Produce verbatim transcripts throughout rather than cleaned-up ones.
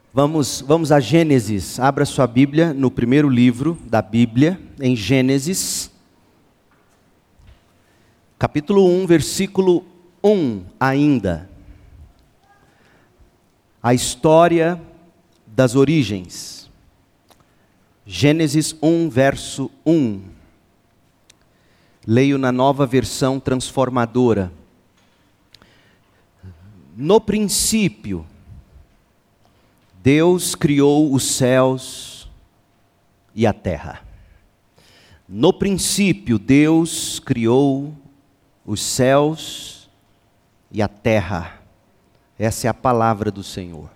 Vamos, vamos a Gênesis. Abra sua Bíblia no primeiro livro da Bíblia, em Gênesis, capítulo um, versículo um ainda. A história das origens. Gênesis um, verso um. Leio na Nova Versão Transformadora. No princípio, Deus criou os céus e a terra. No princípio, Deus criou os céus e a terra. Essa é a palavra do Senhor.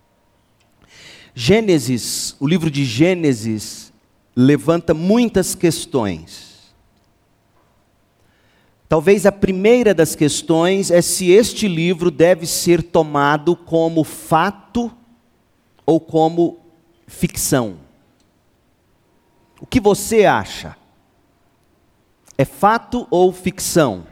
Gênesis, o livro de Gênesis, levanta muitas questões. Talvez a primeira das questões é se este livro deve ser tomado como fato ou como ficção. O que você acha? É fato ou ficção?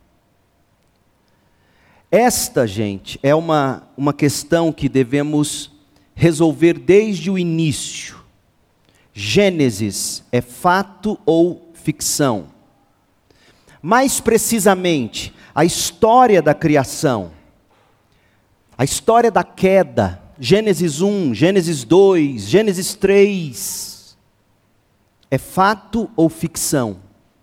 Esta, gente, é uma, uma questão que devemos resolver desde o início. Gênesis é fato ou ficção? Mais precisamente, a história da criação, a história da queda, Gênesis um, Gênesis dois, Gênesis três, é fato ou ficção?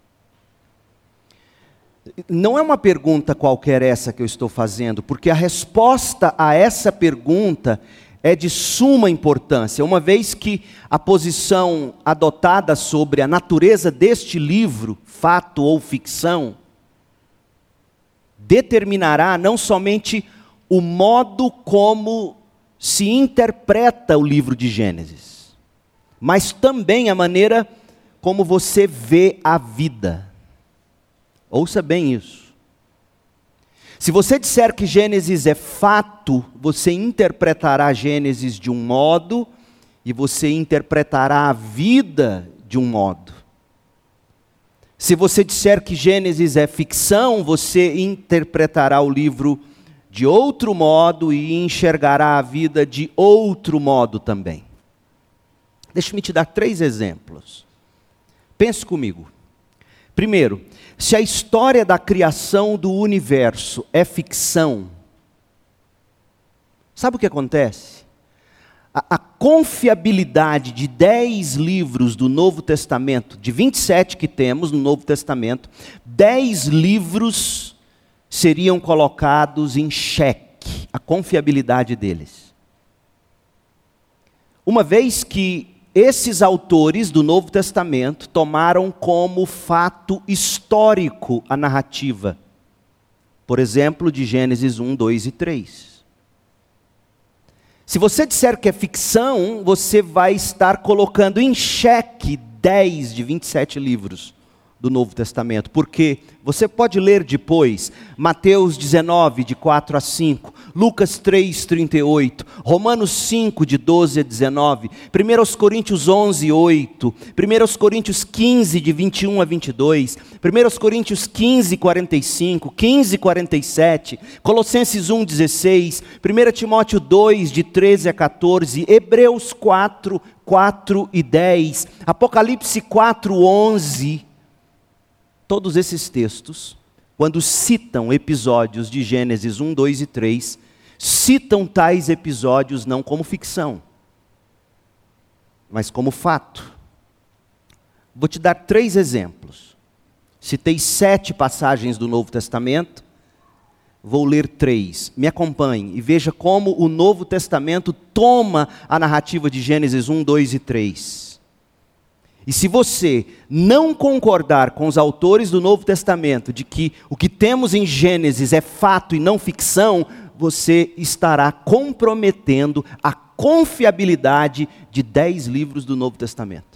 Não é uma pergunta qualquer essa que eu estou fazendo, porque a resposta a essa pergunta é de suma importância, uma vez que a posição adotada sobre a natureza deste livro, fato ou ficção, determinará não somente o modo como se interpreta o livro de Gênesis, mas também a maneira como você vê a vida. Ouça bem isso. Se você disser que Gênesis é fato, você interpretará Gênesis de um modo e você interpretará a vida de um modo. Se você disser que Gênesis é ficção, você interpretará o livro de outro modo e enxergará a vida de outro modo também. Deixa-me te dar três exemplos. Pense comigo. Primeiro, se a história da criação do universo é ficção, sabe o que acontece? A, a confiabilidade de dez livros do Novo Testamento, de vinte e sete que temos no Novo Testamento, dez livros seriam colocados em xeque, a confiabilidade deles. Uma vez que esses autores do Novo Testamento tomaram como fato histórico a narrativa. Por exemplo, de Gênesis um, dois e três. Se você disser que é ficção, você vai estar colocando em xeque dez de vinte e sete livros do Novo Testamento. Porque você pode ler depois Mateus dezenove, de quatro a cinco, Lucas três, trinta e oito, Romanos cinco, de doze a dezenove, primeira Coríntios onze, oito, primeira Coríntios quinze, de vinte e um a vinte e dois, primeira Coríntios quinze, quarenta e cinco, quinze, quarenta e sete, Colossenses um, dezesseis, primeira Timóteo dois, de treze a quatorze, Hebreus quatro, quatro e dez, Apocalipse quatro, onze. Todos esses textos, quando citam episódios de Gênesis um, dois e três, citam tais episódios não como ficção, mas como fato. Vou te dar três exemplos. Citei sete passagens do Novo Testamento, vou ler três. Me acompanhe e veja como o Novo Testamento toma a narrativa de Gênesis um, dois e três. E se você não concordar com os autores do Novo Testamento de que o que temos em Gênesis é fato e não ficção, você estará comprometendo a confiabilidade de dez livros do Novo Testamento.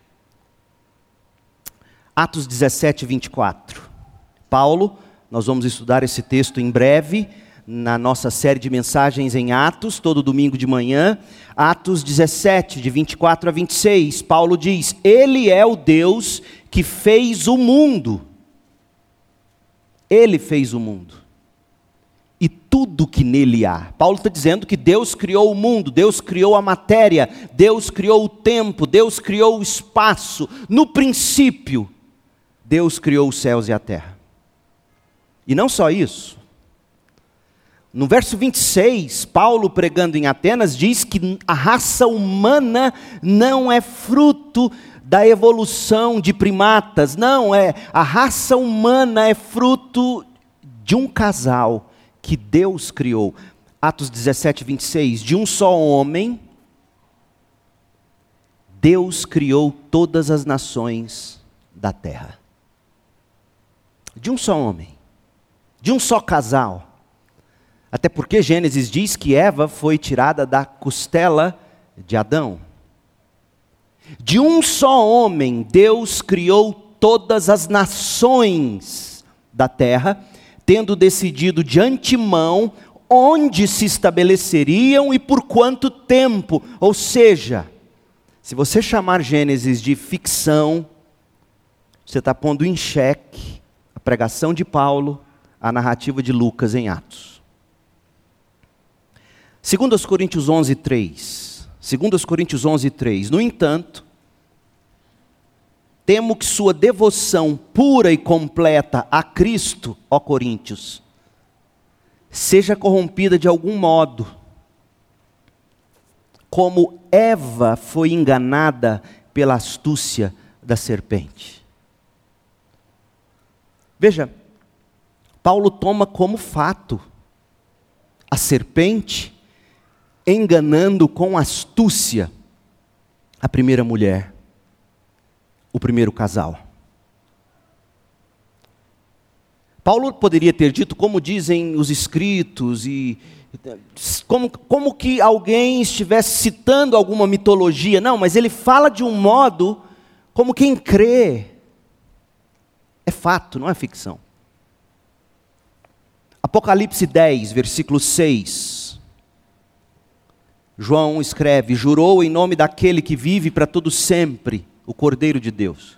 Atos dezessete, vinte e quatro. Paulo, nós vamos estudar esse texto em breve, na nossa série de mensagens em Atos, todo domingo de manhã. Atos dezessete, de vinte e quatro a vinte e seis, Paulo diz: Ele é o Deus que fez o mundo. Ele fez o mundo. E tudo tudo que nele há. Paulo está dizendo que Deus criou o mundo, Deus criou a matéria, Deus criou o tempo, Deus criou o espaço. No princípio, Deus criou os céus e a terra. E não só isso. No verso vinte e seis, Paulo, pregando em Atenas, diz que a raça humana não é fruto da evolução de primatas. Não, é a raça humana é fruto de um casal que Deus criou. Atos dezessete, vinte e seis, de um só homem, Deus criou todas as nações da terra. De um só homem, de um só casal. Até porque Gênesis diz que Eva foi tirada da costela de Adão. De um só homem, Deus criou todas as nações da terra, tendo decidido de antemão onde se estabeleceriam e por quanto tempo. Ou seja, se você chamar Gênesis de ficção, você está pondo em xeque a pregação de Paulo, a narrativa de Lucas em Atos. Segundo aos Coríntios onze, três. Segundo aos Coríntios onze, três. No entanto, temo que sua devoção pura e completa a Cristo, ó Coríntios, seja corrompida de algum modo, como Eva foi enganada pela astúcia da serpente. Veja, Paulo toma como fato a serpente enganando com astúcia a primeira mulher, o primeiro casal. Paulo poderia ter dito, como dizem os escritos, e como, como que alguém estivesse citando alguma mitologia. Não, mas ele fala de um modo como quem crê. É fato, não é ficção. Apocalipse dez, versículo seis. João escreve: jurou em nome daquele que vive para todo sempre, o Cordeiro de Deus.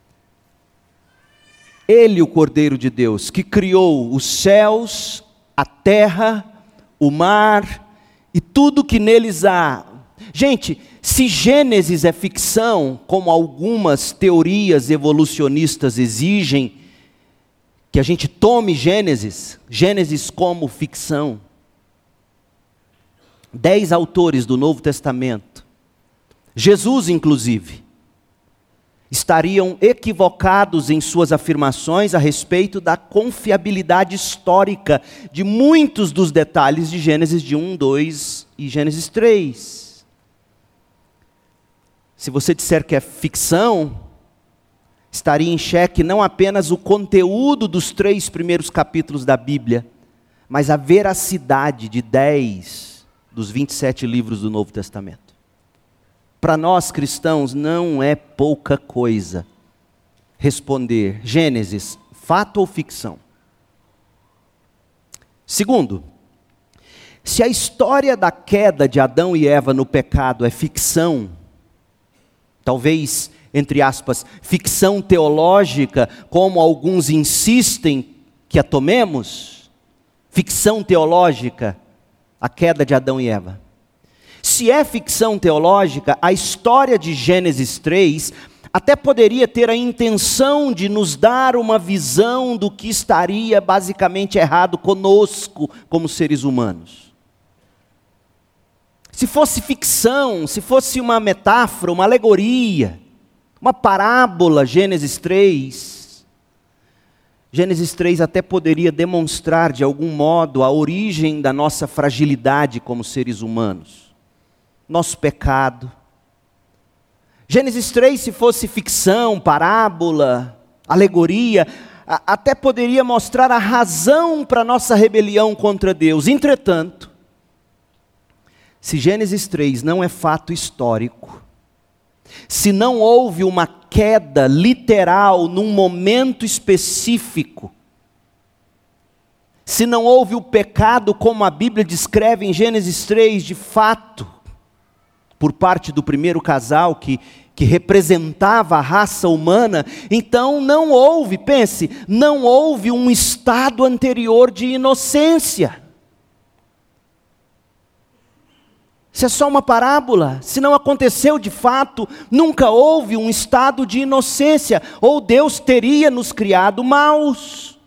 Ele, o Cordeiro de Deus, que criou os céus, a terra, o mar e tudo que neles há. Gente, se Gênesis é ficção, como algumas teorias evolucionistas exigem que a gente tome Gênesis, Gênesis como ficção, dez autores do Novo Testamento, Jesus inclusive, estariam equivocados em suas afirmações a respeito da confiabilidade histórica de muitos dos detalhes de Gênesis de um, dois e Gênesis três. Se você disser que é ficção, estaria em xeque não apenas o conteúdo dos três primeiros capítulos da Bíblia, mas a veracidade de dez dos vinte e sete livros do Novo Testamento. Para nós cristãos não é pouca coisa responder Gênesis, fato ou ficção. Segundo, se a história da queda de Adão e Eva no pecado é ficção, talvez, entre aspas, ficção teológica, como alguns insistem que a tomemos, ficção teológica, a queda de Adão e Eva. Se é ficção teológica, a história de Gênesis três até poderia ter a intenção de nos dar uma visão do que estaria basicamente errado conosco como seres humanos. Se fosse ficção, se fosse uma metáfora, uma alegoria, uma parábola, Gênesis três, Gênesis três até poderia demonstrar de algum modo a origem da nossa fragilidade como seres humanos. Nosso pecado. Gênesis três, se fosse ficção, parábola, alegoria, a, até poderia mostrar a razão para a nossa rebelião contra Deus. Entretanto, se Gênesis três não é fato histórico, se não houve uma queda literal num momento específico, se não houve o pecado como a Bíblia descreve em Gênesis três de fato, por parte do primeiro casal que, que representava a raça humana, então não houve, pense, não houve um estado anterior de inocência. Se é só uma parábola, se não aconteceu de fato, nunca houve um estado de inocência, ou Deus teria nos criado maus.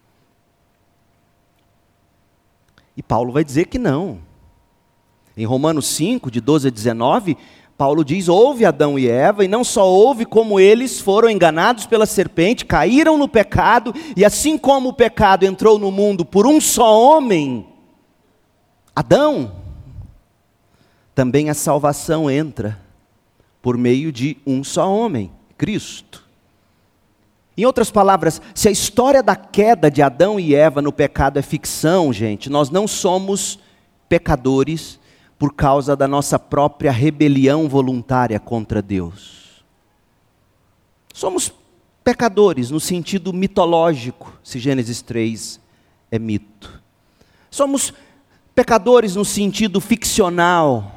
E Paulo vai dizer que não. Em Romanos cinco, de doze a dezenove, Paulo diz, houve Adão e Eva, e não só houve, como eles foram enganados pela serpente, caíram no pecado, e assim como o pecado entrou no mundo por um só homem, Adão, também a salvação entra por meio de um só homem, Cristo. Em outras palavras, se a história da queda de Adão e Eva no pecado é ficção, gente, nós não somos pecadores por causa da nossa própria rebelião voluntária contra Deus. Somos pecadores no sentido mitológico, se Gênesis três é mito. Somos pecadores no sentido ficcional.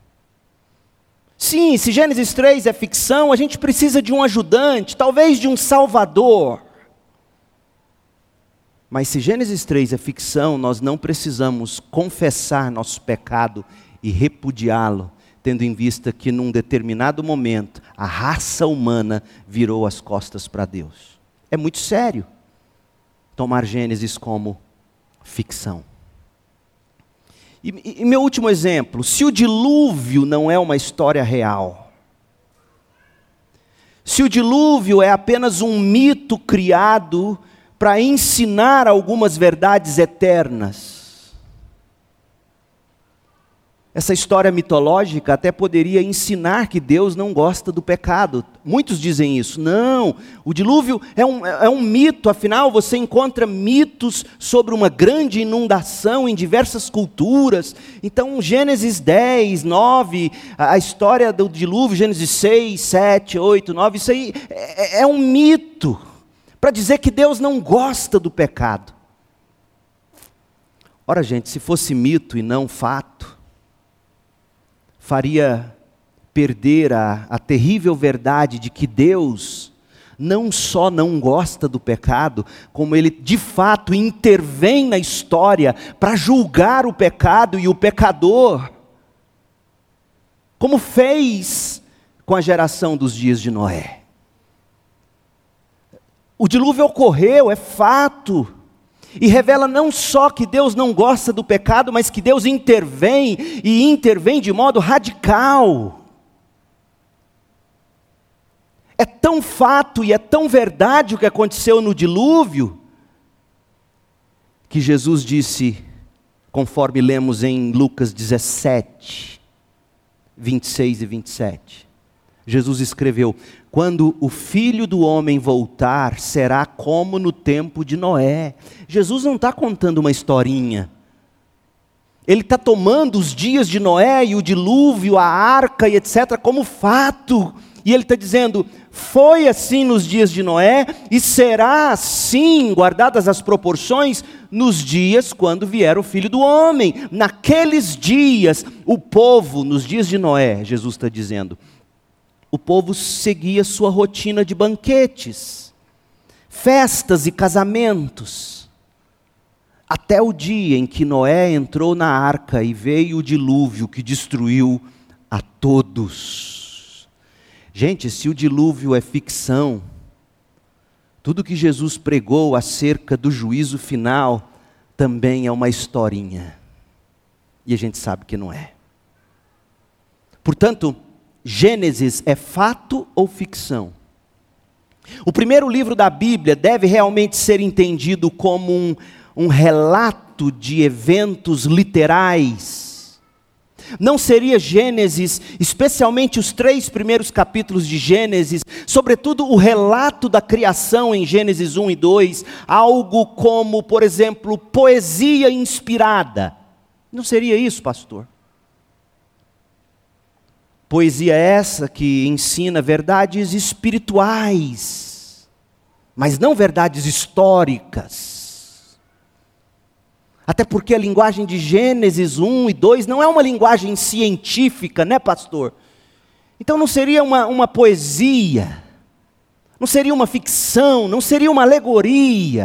Sim, se Gênesis três é ficção, a gente precisa de um ajudante, talvez de um salvador. Mas se Gênesis três é ficção, nós não precisamos confessar nosso pecado e repudiá-lo, tendo em vista que num determinado momento, a raça humana virou as costas para Deus. É muito sério tomar Gênesis como ficção. E, e meu último exemplo, se o dilúvio não é uma história real, se o dilúvio é apenas um mito criado para ensinar algumas verdades eternas, essa história mitológica até poderia ensinar que Deus não gosta do pecado. Muitos dizem isso. Não, o dilúvio é um, é um mito, afinal você encontra mitos sobre uma grande inundação em diversas culturas. Então Gênesis dez, nove, a história do dilúvio, Gênesis seis, sete, oito, nove, isso aí é, é um mito, para dizer que Deus não gosta do pecado. Ora gente, se fosse mito e não fato, faria perder a, a terrível verdade de que Deus não só não gosta do pecado, como Ele de fato intervém na história para julgar o pecado e o pecador, como fez com a geração dos dias de Noé. O dilúvio ocorreu, é fato, e revela não só que Deus não gosta do pecado, mas que Deus intervém, e intervém de modo radical. É tão fato e é tão verdade o que aconteceu no dilúvio, que Jesus disse, conforme lemos em Lucas dezessete, vinte e seis e vinte e sete. Jesus escreveu, quando o Filho do Homem voltar, será como no tempo de Noé. Jesus não está contando uma historinha. Ele está tomando os dias de Noé e o dilúvio, a arca e etcétera como fato. E ele está dizendo, foi assim nos dias de Noé e será assim, guardadas as proporções, nos dias quando vier o Filho do Homem. Naqueles dias, o povo, nos dias de Noé, Jesus está dizendo, o povo seguia sua rotina de banquetes, festas e casamentos, até o dia em que Noé entrou na arca e veio o dilúvio que destruiu a todos. Gente, se o dilúvio é ficção, tudo que Jesus pregou acerca do juízo final também é uma historinha. E a gente sabe que não é. Portanto, Gênesis é fato ou ficção? O primeiro livro da Bíblia deve realmente ser entendido como um, um relato de eventos literais. Não seria Gênesis, especialmente os três primeiros capítulos de Gênesis, sobretudo o relato da criação em Gênesis um e dois, algo como, por exemplo, poesia inspirada? Não seria isso, pastor? Poesia essa que ensina verdades espirituais, mas não verdades históricas. Até porque a linguagem de Gênesis um e dois não é uma linguagem científica, né, pastor? Então não seria uma, uma poesia, não seria uma ficção, não seria uma alegoria.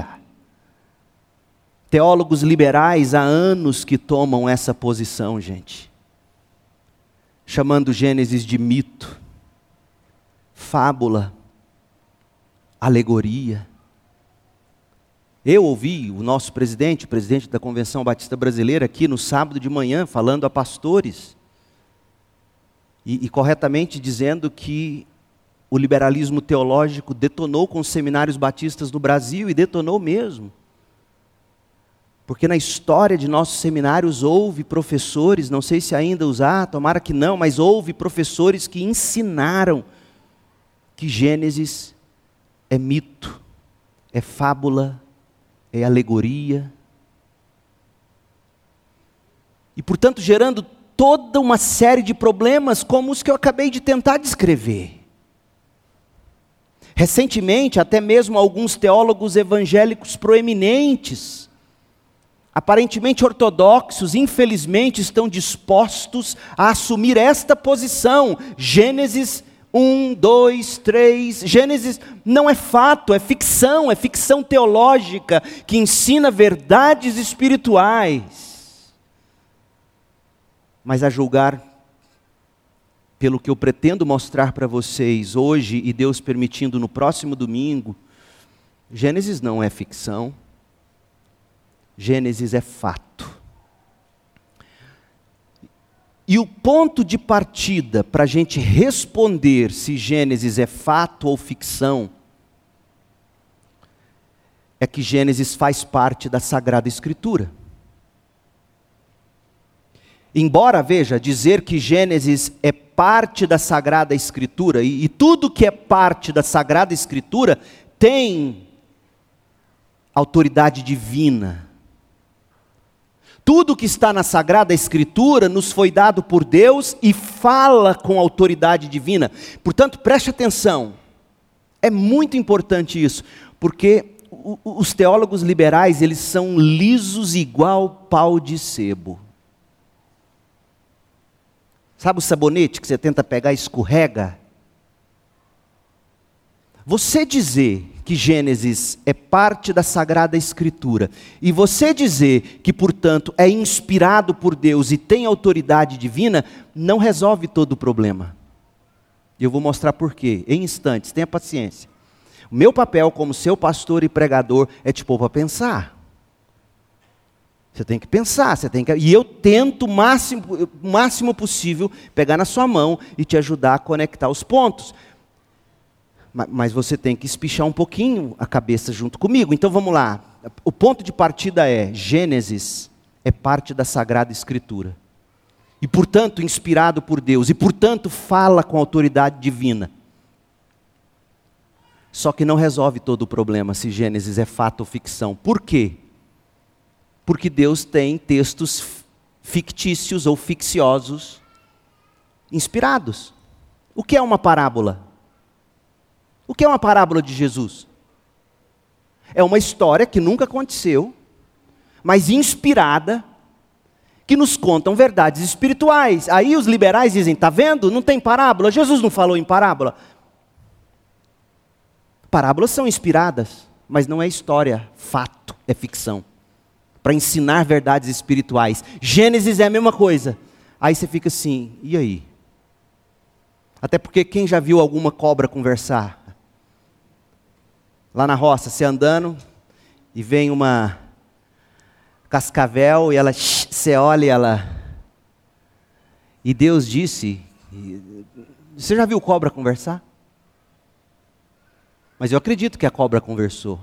Teólogos liberais há anos que tomam essa posição, gente. chamando Gênesis de mito, fábula, alegoria. Eu ouvi o nosso presidente, o presidente da Convenção Batista Brasileira, aqui no sábado de manhã, falando a pastores, e, e corretamente dizendo que o liberalismo teológico detonou com os seminários batistas no Brasil, e detonou mesmo. Porque na história de nossos seminários houve professores, não sei se ainda os há, tomara que não, mas houve professores que ensinaram que Gênesis é mito, é fábula, é alegoria. E, portanto, gerando toda uma série de problemas como os que eu acabei de tentar descrever. Recentemente, até mesmo alguns teólogos evangélicos proeminentes, aparentemente ortodoxos, infelizmente estão dispostos a assumir esta posição. Gênesis um, dois, três, Gênesis não é fato, é ficção, é ficção teológica, que ensina verdades espirituais. Mas a julgar pelo que eu pretendo mostrar para vocês hoje, e Deus permitindo no próximo domingo, Gênesis não é ficção, Gênesis é fato. E o ponto de partida para a gente responder se Gênesis é fato ou ficção, é que Gênesis faz parte da Sagrada Escritura. Embora, veja, dizer que Gênesis é parte da Sagrada Escritura, e, e tudo que é parte da Sagrada Escritura tem autoridade divina. Tudo que está na Sagrada Escritura nos foi dado por Deus e fala com autoridade divina. Portanto, preste atenção, é muito importante isso, porque o, os teólogos liberais, eles são lisos igual pau de sebo. Sabe o sabonete que você tenta pegar e escorrega? Você dizer que Gênesis é parte da Sagrada Escritura, e você dizer que, portanto, é inspirado por Deus e tem autoridade divina, não resolve todo o problema. E eu vou mostrar por quê, em instantes, tenha paciência. O meu papel como seu pastor e pregador é te pôr para pensar. Você tem que pensar, você tem que... e eu tento o máximo, o máximo possível pegar na sua mão e te ajudar a conectar os pontos. Mas você tem que espichar um pouquinho a cabeça junto comigo. Então vamos lá. O ponto de partida é: Gênesis é parte da Sagrada Escritura. E portanto inspirado por Deus. E portanto fala com autoridade divina. Só que não resolve todo o problema se Gênesis é fato ou ficção. Por quê? Porque Deus tem textos fictícios ou ficciosos inspirados. O que é uma parábola? O que é uma parábola de Jesus? É uma história que nunca aconteceu, mas inspirada, que nos contam verdades espirituais. Aí os liberais dizem: está vendo? Não tem parábola. Jesus não falou em parábola. Parábolas são inspiradas, mas não é história, fato, é ficção. Para ensinar verdades espirituais. Gênesis é a mesma coisa. Aí você fica assim, e aí? Até porque quem já viu alguma cobra conversar? Lá na roça, você andando, e vem uma cascavel, e ela, você olha e ela... E Deus disse... Você já viu cobra conversar? Mas eu acredito que a cobra conversou.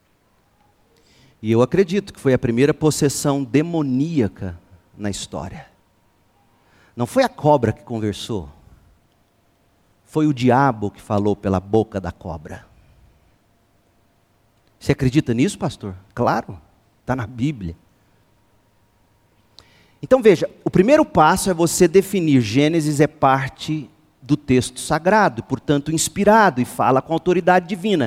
E eu acredito que foi a primeira possessão demoníaca na história. Não foi a cobra que conversou. Foi o diabo que falou pela boca da cobra. Você acredita nisso, pastor? Claro, está na Bíblia. Então veja, o primeiro passo é você definir: Gênesis é parte do texto sagrado, portanto inspirado, e fala com autoridade divina.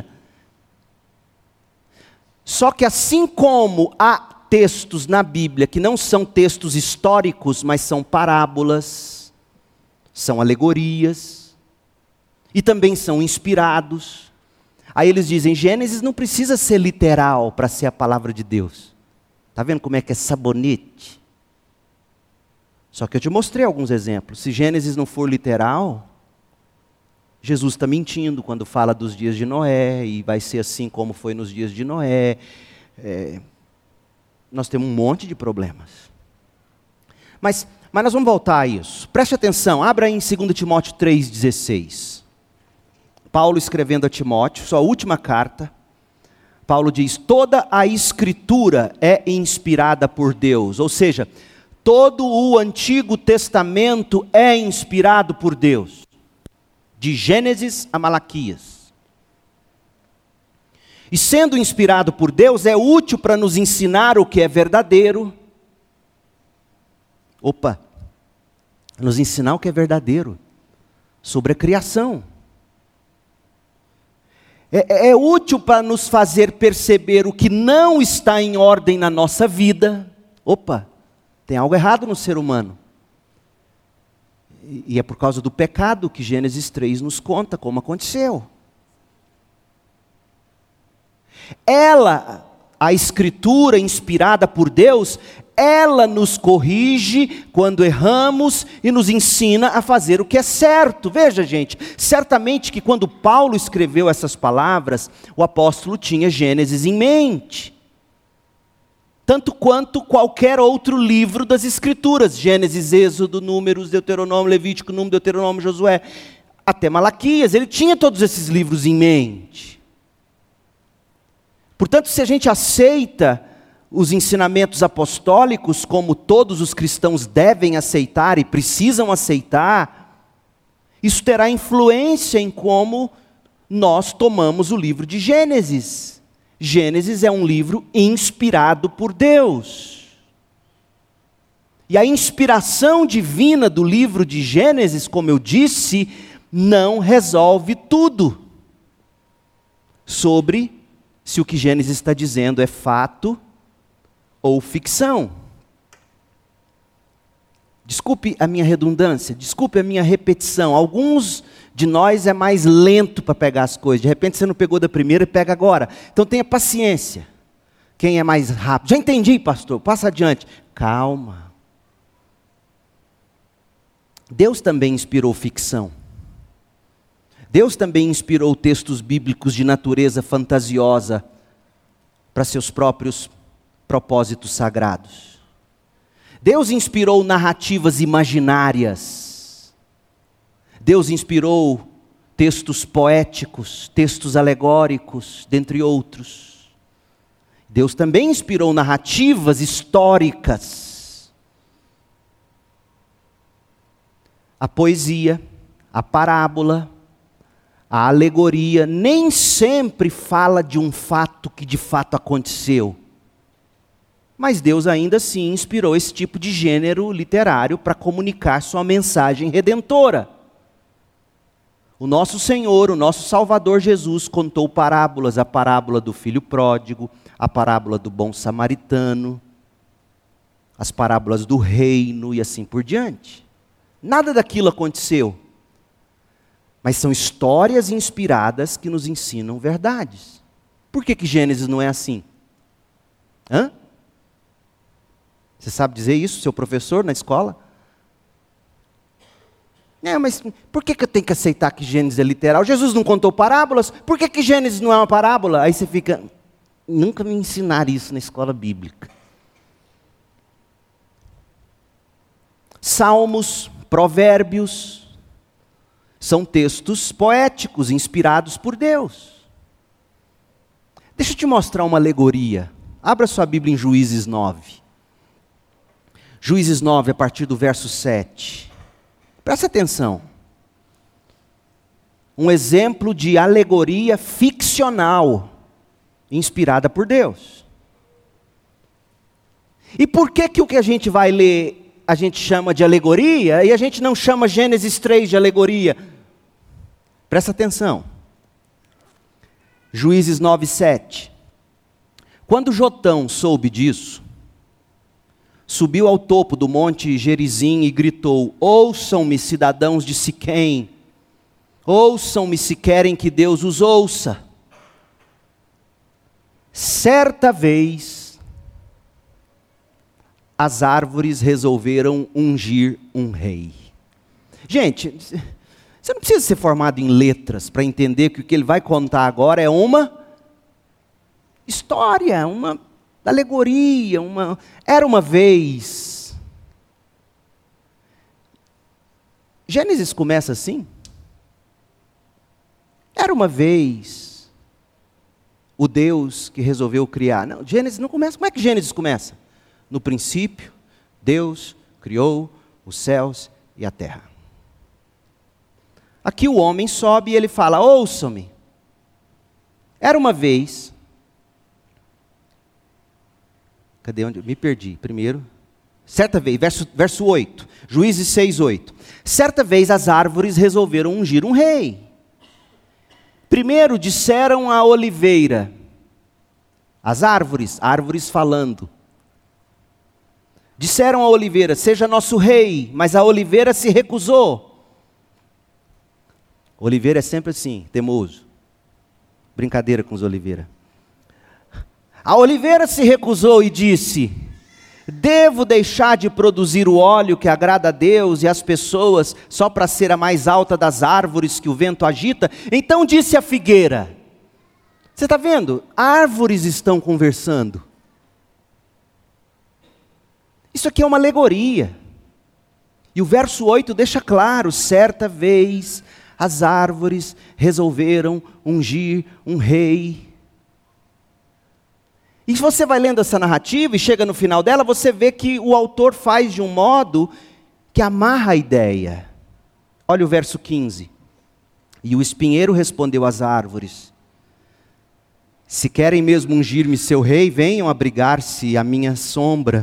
Só que assim como há textos na Bíblia que não são textos históricos, mas são parábolas, são alegorias, e também são inspirados. Aí eles dizem: Gênesis não precisa ser literal para ser a palavra de Deus. Está vendo como é que é sabonete? Só que eu te mostrei alguns exemplos. Se Gênesis não for literal, Jesus está mentindo quando fala dos dias de Noé, e vai ser assim como foi nos dias de Noé. É, nós temos um monte de problemas. Mas, mas nós vamos voltar a isso. Preste atenção, abra em dois Timóteo três, dezesseis. Paulo escrevendo a Timóteo, sua última carta. Paulo diz, toda a Escritura é inspirada por Deus. Ou seja, todo o Antigo Testamento é inspirado por Deus. De Gênesis a Malaquias. E sendo inspirado por Deus, é útil para nos ensinar o que é verdadeiro. Opa! Nos ensinar o que é verdadeiro. Sobre a criação. É, é útil para nos fazer perceber o que não está em ordem na nossa vida. Opa, tem algo errado no ser humano. E, e é por causa do pecado que Gênesis três nos conta como aconteceu. Ela, a Escritura inspirada por Deus, ela nos corrige quando erramos e nos ensina a fazer o que é certo. Veja, gente, certamente que quando Paulo escreveu essas palavras, o apóstolo tinha Gênesis em mente. Tanto quanto qualquer outro livro das Escrituras. Gênesis, Êxodo, Números, Deuteronômio, Levítico, Número, Deuteronômio, Josué, até Malaquias. Ele tinha todos esses livros em mente. Portanto, se a gente aceita os ensinamentos apostólicos, como todos os cristãos devem aceitar e precisam aceitar, isso terá influência em como nós tomamos o livro de Gênesis. Gênesis é um livro inspirado por Deus. E a inspiração divina do livro de Gênesis, como eu disse, não resolve tudo sobre se o que Gênesis está dizendo é fato ou ficção. Desculpe a minha redundância, desculpe a minha repetição. Alguns de nós é mais lento para pegar as coisas. De repente você não pegou da primeira e pega agora. Então tenha paciência. Quem é mais rápido? Já entendi, pastor, passa adiante. Calma. Deus também inspirou ficção. Deus também inspirou textos bíblicos de natureza fantasiosa para seus próprios propósitos sagrados. Deus inspirou narrativas imaginárias. Deus inspirou textos poéticos, textos alegóricos, dentre outros. Deus também inspirou narrativas históricas. A poesia, a parábola, a alegoria nem sempre fala de um fato que de fato aconteceu. Mas Deus ainda assim inspirou esse tipo de gênero literário para comunicar sua mensagem redentora. O nosso Senhor, o nosso Salvador Jesus contou parábolas, a parábola do filho pródigo, a parábola do bom samaritano, as parábolas do reino e assim por diante. Nada daquilo aconteceu. Mas são histórias inspiradas que nos ensinam verdades. Por que que Gênesis não é assim? Hã? Você sabe dizer isso, seu professor na escola? É, mas por que que eu tenho que aceitar que Gênesis é literal? Jesus não contou parábolas? Por que que Gênesis não é uma parábola? Aí você fica, nunca me ensinaram isso na escola bíblica. Salmos, provérbios, são textos poéticos, inspirados por Deus. Deixa eu te mostrar uma alegoria. Abra sua Bíblia em Juízes nove. Juízes nove, a partir do verso sete. Presta atenção. Um exemplo de alegoria ficcional, inspirada por Deus. E por que que o que a gente vai ler, a gente chama de alegoria, e a gente não chama Gênesis três de alegoria? Presta atenção. Juízes nove, sete. Quando Jotão soube disso, subiu ao topo do monte Gerizim e gritou: ouçam-me, cidadãos de Siquém, ouçam-me se querem que Deus os ouça. Certa vez, as árvores resolveram ungir um rei. Gente, você não precisa ser formado em letras para entender que o que ele vai contar agora é uma história, uma alegoria, uma... Era uma vez. Gênesis começa assim. Era uma vez o Deus que resolveu criar. Não, Gênesis não começa. Como é que Gênesis começa? No princípio, Deus criou os céus e a terra. Aqui o homem sobe e ele fala: ouçam-me. Era uma vez... Cadê onde? Me perdi. Primeiro. Certa vez, verso, verso oito. Juízes seis, oito. Certa vez as árvores resolveram ungir um rei. Primeiro disseram à oliveira. As árvores, árvores falando. Disseram à oliveira: seja nosso rei. Mas a oliveira se recusou. Oliveira é sempre assim, teimoso. Brincadeira com os oliveira. A oliveira se recusou e disse: devo deixar de produzir o óleo que agrada a Deus e às pessoas só para ser a mais alta das árvores que o vento agita? Então disse a figueira. Você está vendo? Árvores estão conversando. Isso aqui é uma alegoria. E o verso oito deixa claro: certa vez as árvores resolveram ungir um rei. E se você vai lendo essa narrativa e chega no final dela, você vê que o autor faz de um modo que amarra a ideia. Olha o verso quinze. E o espinheiro respondeu às árvores: se querem mesmo ungir-me seu rei, venham abrigar-se à minha sombra.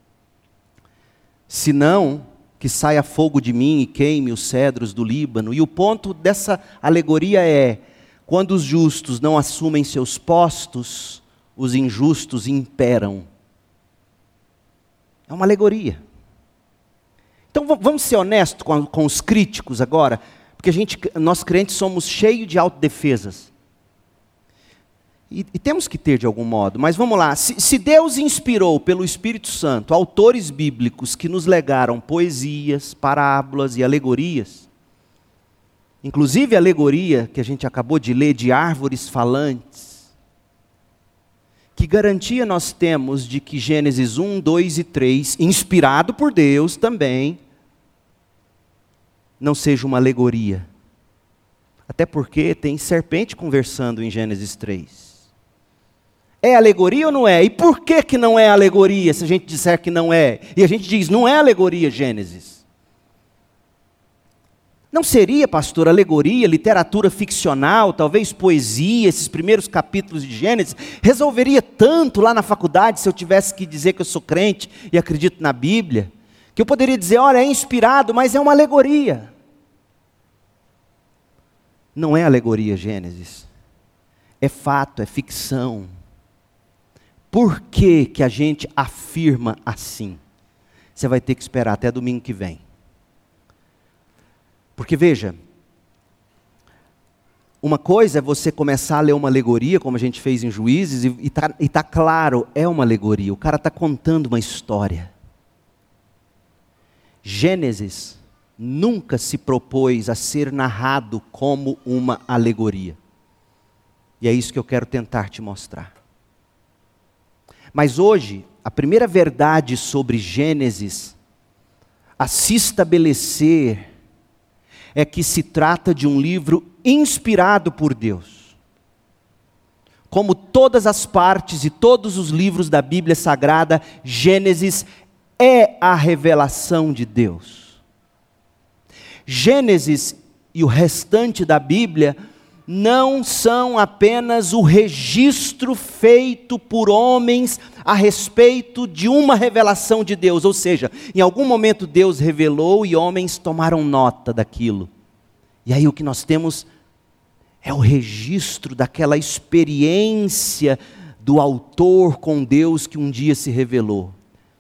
Se não, que saia fogo de mim e queime os cedros do Líbano. E o ponto dessa alegoria é: quando os justos não assumem seus postos, os injustos imperam. É uma alegoria. Então vamos ser honestos com, com os críticos agora, porque a gente, nós crentes somos cheios de autodefesas. E, e temos que ter de algum modo, mas vamos lá. Se, se Deus inspirou pelo Espírito Santo autores bíblicos que nos legaram poesias, parábolas e alegorias, inclusive a alegoria que a gente acabou de ler de árvores falantes, que garantia nós temos de que Gênesis um, dois e três, inspirado por Deus também, não seja uma alegoria? Até porque tem serpente conversando em Gênesis três. É alegoria ou não é? E por que que não é alegoria, se a gente disser que não é? E a gente diz: não é alegoria, Gênesis. Não seria, pastor, alegoria, literatura ficcional, talvez poesia, esses primeiros capítulos de Gênesis, resolveria tanto lá na faculdade se eu tivesse que dizer que eu sou crente e acredito na Bíblia, que eu poderia dizer: olha, é inspirado, mas é uma alegoria. Não é alegoria, Gênesis. É fato, é ficção. Por que que a gente afirma assim? Você vai ter que esperar até domingo que vem. Porque veja, uma coisa é você começar a ler uma alegoria, como a gente fez em Juízes, e está e tá claro, é uma alegoria, o cara está contando uma história. Gênesis nunca se propôs a ser narrado como uma alegoria. E é isso que eu quero tentar te mostrar. Mas hoje, a primeira verdade sobre Gênesis a se estabelecer é que se trata de um livro inspirado por Deus. Como todas as partes e todos os livros da Bíblia Sagrada, Gênesis é a revelação de Deus. Gênesis e o restante da Bíblia não são apenas o registro feito por homens a respeito de uma revelação de Deus, ou seja, em algum momento Deus revelou e homens tomaram nota daquilo. E aí o que nós temos é o registro daquela experiência do autor com Deus que um dia se revelou.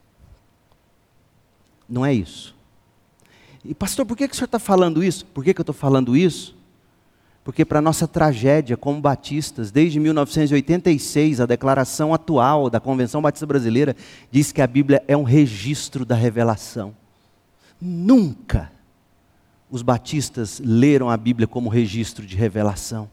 Não é isso. E pastor, por que, que o senhor está falando isso? Por que, que eu estou falando isso? Porque para nossa tragédia como batistas, desde mil novecentos e oitenta e seis, a declaração atual da Convenção Batista Brasileira diz que a Bíblia é um registro da revelação. Nunca os batistas leram a Bíblia como registro de revelação.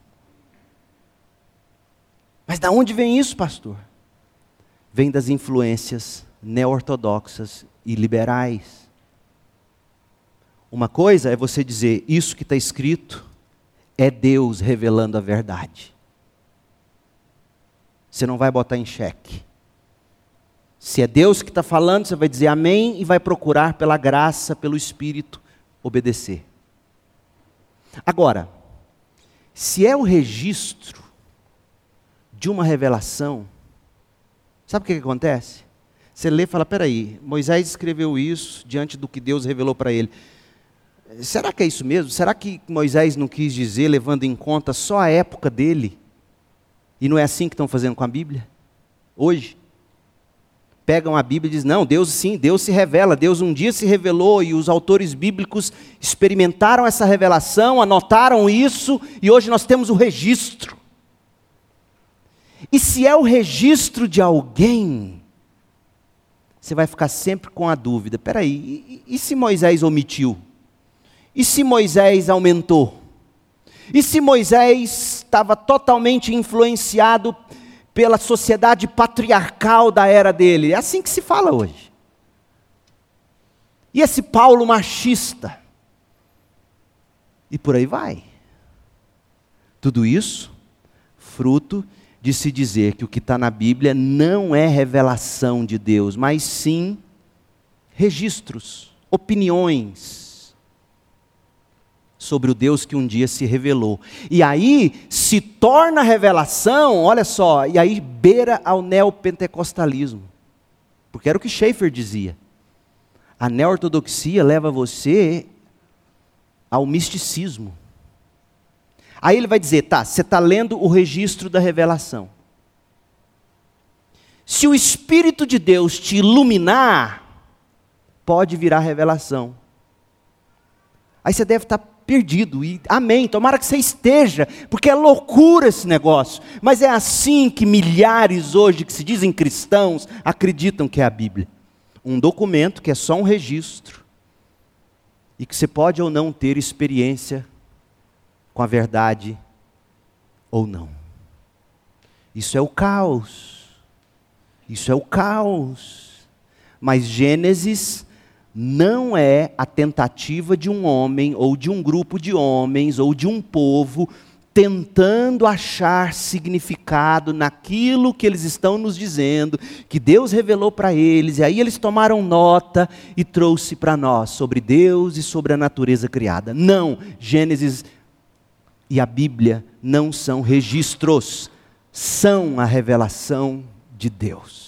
Mas de onde vem isso, pastor? Vem das influências neo-ortodoxas e liberais. Uma coisa é você dizer, isso que está escrito é Deus revelando a verdade. Você não vai botar em xeque. Se é Deus que está falando, você vai dizer amém e vai procurar pela graça, pelo Espírito, obedecer. Agora, se é o registro de uma revelação, sabe o que, que acontece? Você lê e fala, peraí, Moisés escreveu isso diante do que Deus revelou para ele. Será que é isso mesmo? Será que Moisés não quis dizer, levando em conta só a época dele? E não é assim que estão fazendo com a Bíblia? Hoje? Pegam a Bíblia e dizem, não, Deus sim, Deus se revela. Deus um dia se revelou e os autores bíblicos experimentaram essa revelação, anotaram isso e hoje nós temos o registro. E se é o registro de alguém, você vai ficar sempre com a dúvida, peraí, e, e se Moisés omitiu? E se Moisés aumentou? E se Moisés estava totalmente influenciado pela sociedade patriarcal da era dele? É assim que se fala hoje. E esse Paulo machista? E por aí vai. Tudo isso, fruto de se dizer que o que está na Bíblia não é revelação de Deus, mas sim registros, opiniões sobre o Deus que um dia se revelou. E aí se torna revelação, olha só, e aí beira ao neopentecostalismo. Porque era o que Schaeffer dizia. A neo-ortodoxia leva você ao misticismo. Aí ele vai dizer, tá, você está lendo o registro da revelação. Se o Espírito de Deus te iluminar, pode virar revelação. Aí você deve estar perdido, e amém, tomara que você esteja, porque é loucura esse negócio, mas é assim que milhares hoje, que se dizem cristãos, acreditam que é a Bíblia. Um documento que é só um registro, e que você pode ou não ter experiência com a verdade, ou não. Isso é o caos, isso é o caos, mas Gênesis não é a tentativa de um homem, ou de um grupo de homens, ou de um povo, tentando achar significado naquilo que eles estão nos dizendo, que Deus revelou para eles, e aí eles tomaram nota e trouxe para nós, sobre Deus e sobre a natureza criada. Não, Gênesis e a Bíblia não são registros, são a revelação de Deus.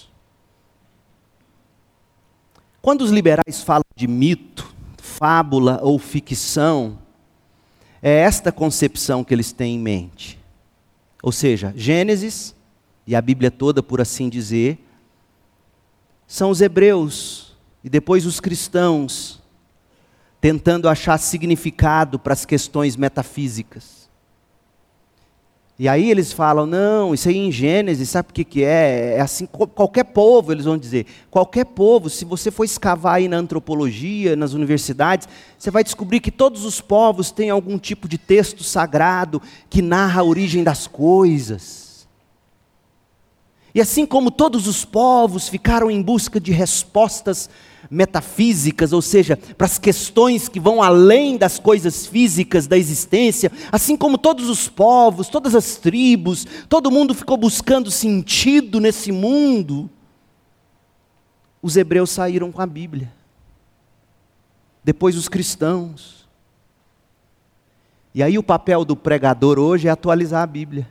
Quando os liberais falam de mito, fábula ou ficção, é esta concepção que eles têm em mente. Ou seja, Gênesis e a Bíblia toda, por assim dizer, são os hebreus e depois os cristãos tentando achar significado para as questões metafísicas. E aí eles falam, não, isso aí em Gênesis, sabe o que, que é? É assim, qualquer povo, eles vão dizer, qualquer povo, se você for escavar aí na antropologia, nas universidades, você vai descobrir que todos os povos têm algum tipo de texto sagrado que narra a origem das coisas. E assim como todos os povos ficaram em busca de respostas metafísicas, ou seja, para as questões que vão além das coisas físicas da existência, assim como todos os povos, todas as tribos, todo mundo ficou buscando sentido nesse mundo, os hebreus saíram com a Bíblia. Depois os cristãos. E aí o papel do pregador hoje é atualizar a Bíblia.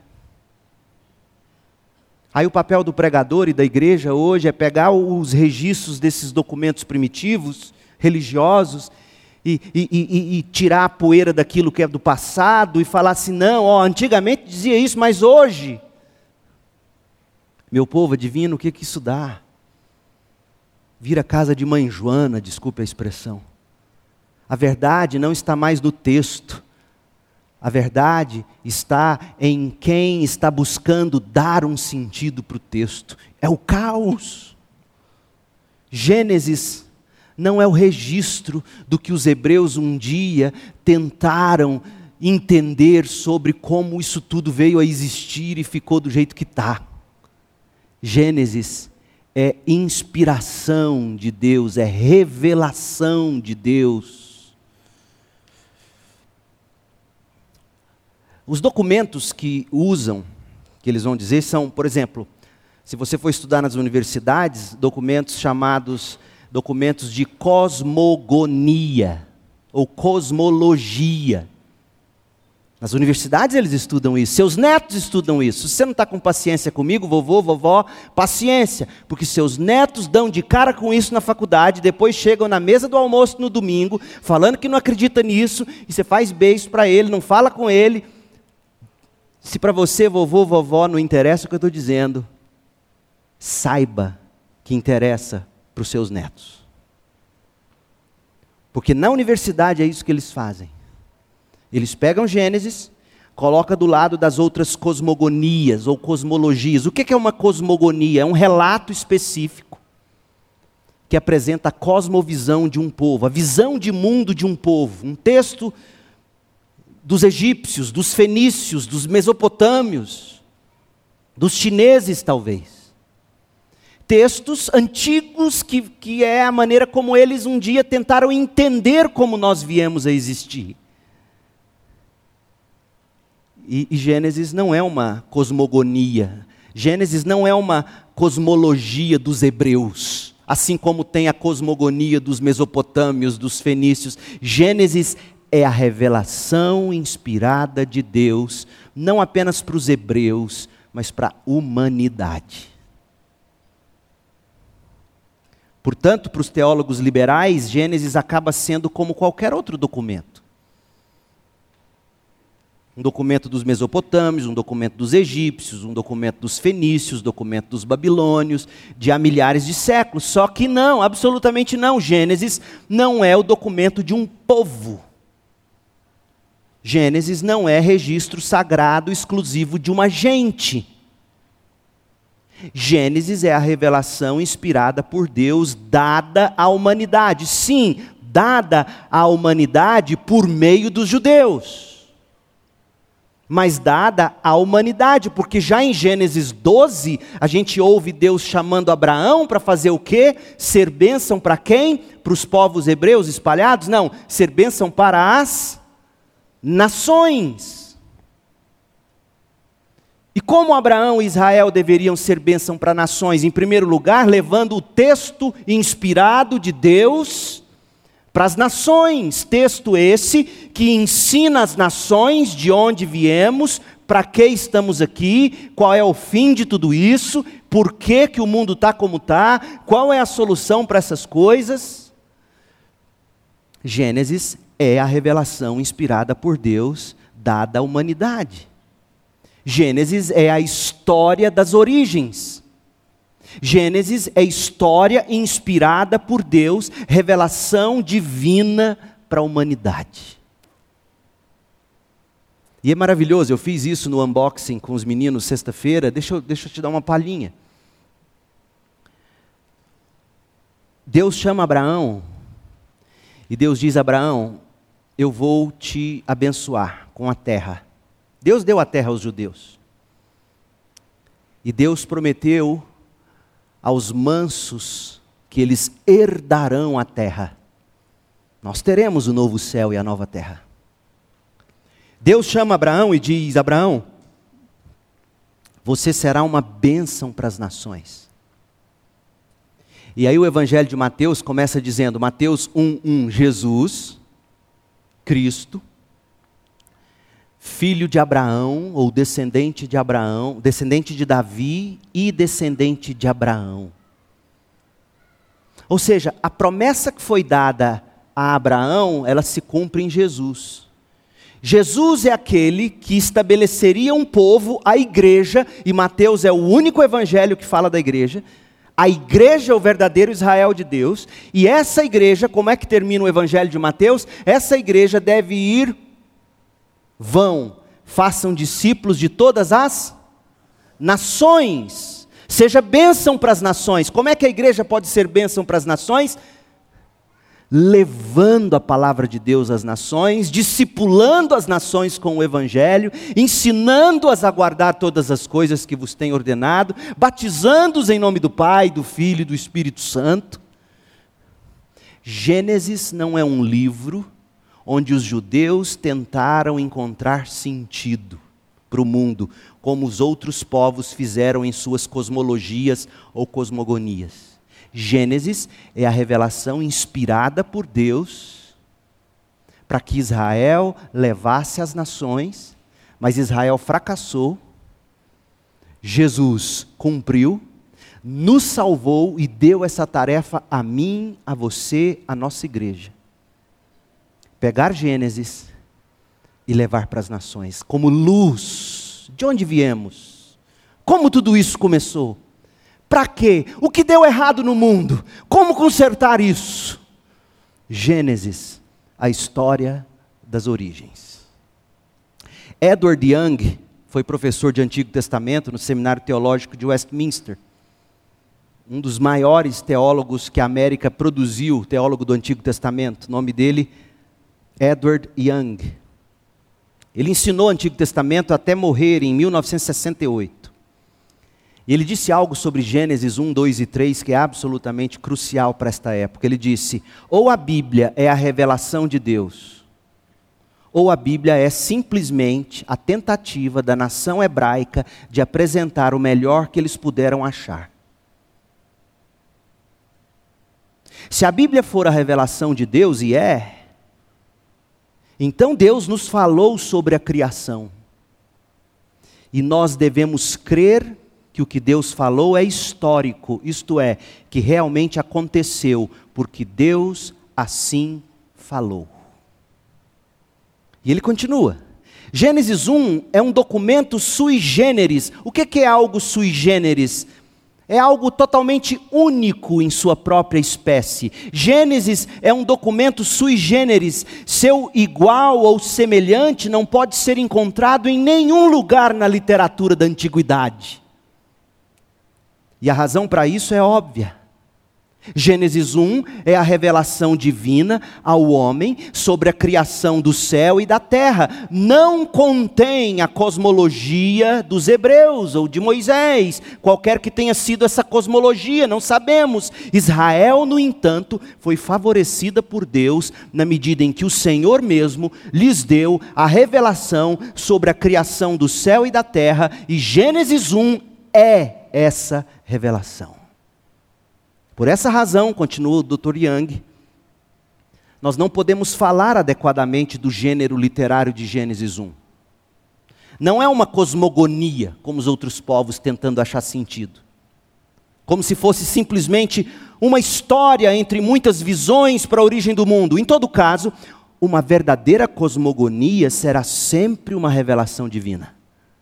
Aí o papel do pregador e da igreja hoje é pegar os registros desses documentos primitivos, religiosos, e, e, e, e tirar a poeira daquilo que é do passado e falar assim, não, ó, antigamente dizia isso, mas hoje, meu povo, adivinha no que, que isso dá? Vira casa de mãe Joana, desculpe a expressão. A verdade não está mais no texto, A verdade está em quem está buscando dar um sentido para o texto. É o caos. Gênesis não é o registro do que os hebreus um dia tentaram entender sobre como isso tudo veio a existir e ficou do jeito que está. Gênesis é inspiração de Deus, é revelação de Deus. Os documentos que usam, que eles vão dizer, são, por exemplo, se você for estudar nas universidades, documentos chamados documentos de cosmogonia ou cosmologia. Nas universidades eles estudam isso, seus netos estudam isso. Se você não está com paciência comigo, vovô, vovó, paciência, porque seus netos dão de cara com isso na faculdade, depois chegam na mesa do almoço no domingo, falando que não acredita nisso, e você faz beijo para ele, não fala com ele. Se para você, vovô, vovó, não interessa o que eu estou dizendo, saiba que interessa para os seus netos. Porque na universidade é isso que eles fazem. Eles pegam Gênesis, colocam do lado das outras cosmogonias ou cosmologias. O que é uma cosmogonia? É um relato específico que apresenta a cosmovisão de um povo, a visão de mundo de um povo. Um texto dos egípcios, dos fenícios, dos mesopotâmios, dos chineses talvez. Textos antigos que, que é a maneira como eles um dia tentaram entender como nós viemos a existir. E, e Gênesis não é uma cosmogonia, Gênesis não é uma cosmologia dos hebreus, assim como tem a cosmogonia dos mesopotâmios, dos fenícios. Gênesis é a revelação inspirada de Deus, não apenas para os hebreus, mas para a humanidade. Portanto, para os teólogos liberais, Gênesis acaba sendo como qualquer outro documento. Um documento dos mesopotâmios, um documento dos egípcios, um documento dos fenícios, um documento dos babilônios, de há milhares de séculos. Só que não, absolutamente não. Gênesis não é o documento de um povo. Gênesis não é registro sagrado exclusivo de uma gente. Gênesis é a revelação inspirada por Deus, dada à humanidade. Sim, dada à humanidade por meio dos judeus. Mas dada à humanidade, porque já em Gênesis doze, a gente ouve Deus chamando Abraão para fazer o quê? Ser bênção para quem? Para os povos hebreus espalhados? Não, ser bênção para as nações. E como Abraão e Israel deveriam ser bênção para nações? Em primeiro lugar, levando o texto inspirado de Deus para as nações. Texto esse que ensina as nações de onde viemos, para que estamos aqui, qual é o fim de tudo isso, por que, que o mundo está como está, qual é a solução para essas coisas. Gênesis é a revelação inspirada por Deus, dada à humanidade. Gênesis é a história das origens. Gênesis é história inspirada por Deus, revelação divina para a humanidade. E é maravilhoso, eu fiz isso no unboxing com os meninos sexta-feira, deixa eu, deixa eu te dar uma palhinha. Deus chama Abraão, e Deus diz a Abraão, eu vou te abençoar com a terra. Deus deu a terra aos judeus. E Deus prometeu aos mansos que eles herdarão a terra. Nós teremos o novo céu e a nova terra. Deus chama Abraão e diz, Abraão, você será uma bênção para as nações. E aí o Evangelho de Mateus começa dizendo, Mateus um, um, Jesus, Cristo, filho de Abraão, ou descendente de Abraão, descendente de Davi e descendente de Abraão. Ou seja, a promessa que foi dada a Abraão, ela se cumpre em Jesus. Jesus é aquele que estabeleceria um povo, a igreja, e Mateus é o único evangelho que fala da igreja. A igreja é o verdadeiro Israel de Deus, e essa igreja, como é que termina o evangelho de Mateus? Essa igreja deve ir Vão, façam discípulos de todas as nações. Seja bênção para as nações. Como é que a igreja pode ser bênção para as nações? Levando a palavra de Deus às nações, discipulando as nações com o evangelho, ensinando-as a guardar todas as coisas que vos tenho ordenado, batizando-os em nome do Pai, do Filho e do Espírito Santo. Gênesis não é um livro onde os judeus tentaram encontrar sentido para o mundo, como os outros povos fizeram em suas cosmologias ou cosmogonias. Gênesis é a revelação inspirada por Deus para que Israel levasse as nações, mas Israel fracassou. Jesus cumpriu, nos salvou e deu essa tarefa a mim, a você, a nossa igreja. Pegar Gênesis e levar para as nações, como luz. De onde viemos? Como tudo isso começou? Para quê? O que deu errado no mundo? Como consertar isso? Gênesis, a história das origens. Edward Young foi professor de Antigo Testamento no Seminário Teológico de Westminster. Um dos maiores teólogos que a América produziu, teólogo do Antigo Testamento. O nome dele, Edward Young. Ele ensinou o Antigo Testamento até morrer em mil novecentos e sessenta e oito. E ele disse algo sobre Gênesis um, dois e três que é absolutamente crucial para esta época. Ele disse: ou a Bíblia é a revelação de Deus, ou a Bíblia é simplesmente a tentativa da nação hebraica de apresentar o melhor que eles puderam achar. Se a Bíblia for a revelação de Deus, e é, então Deus nos falou sobre a criação. E nós devemos crer que o que Deus falou é histórico, isto é, que realmente aconteceu, porque Deus assim falou. E ele continua. Gênesis um é um documento sui generis. O que é algo sui generis? É algo totalmente único em sua própria espécie. Gênesis é um documento sui generis. Seu igual ou semelhante não pode ser encontrado em nenhum lugar na literatura da antiguidade. E a razão para isso é óbvia. Gênesis um é a revelação divina ao homem sobre a criação do céu e da terra. Não contém a cosmologia dos hebreus ou de Moisés, qualquer que tenha sido essa cosmologia, não sabemos. Israel, no entanto, foi favorecida por Deus na medida em que o Senhor mesmo lhes deu a revelação sobre a criação do céu e da terra, e Gênesis um é essa revelação. Por essa razão, continua o doutor Young, nós não podemos falar adequadamente do gênero literário de Gênesis um. Não é uma cosmogonia, como os outros povos tentando achar sentido. Como se fosse simplesmente uma história entre muitas visões para a origem do mundo. Em todo caso, uma verdadeira cosmogonia será sempre uma revelação divina.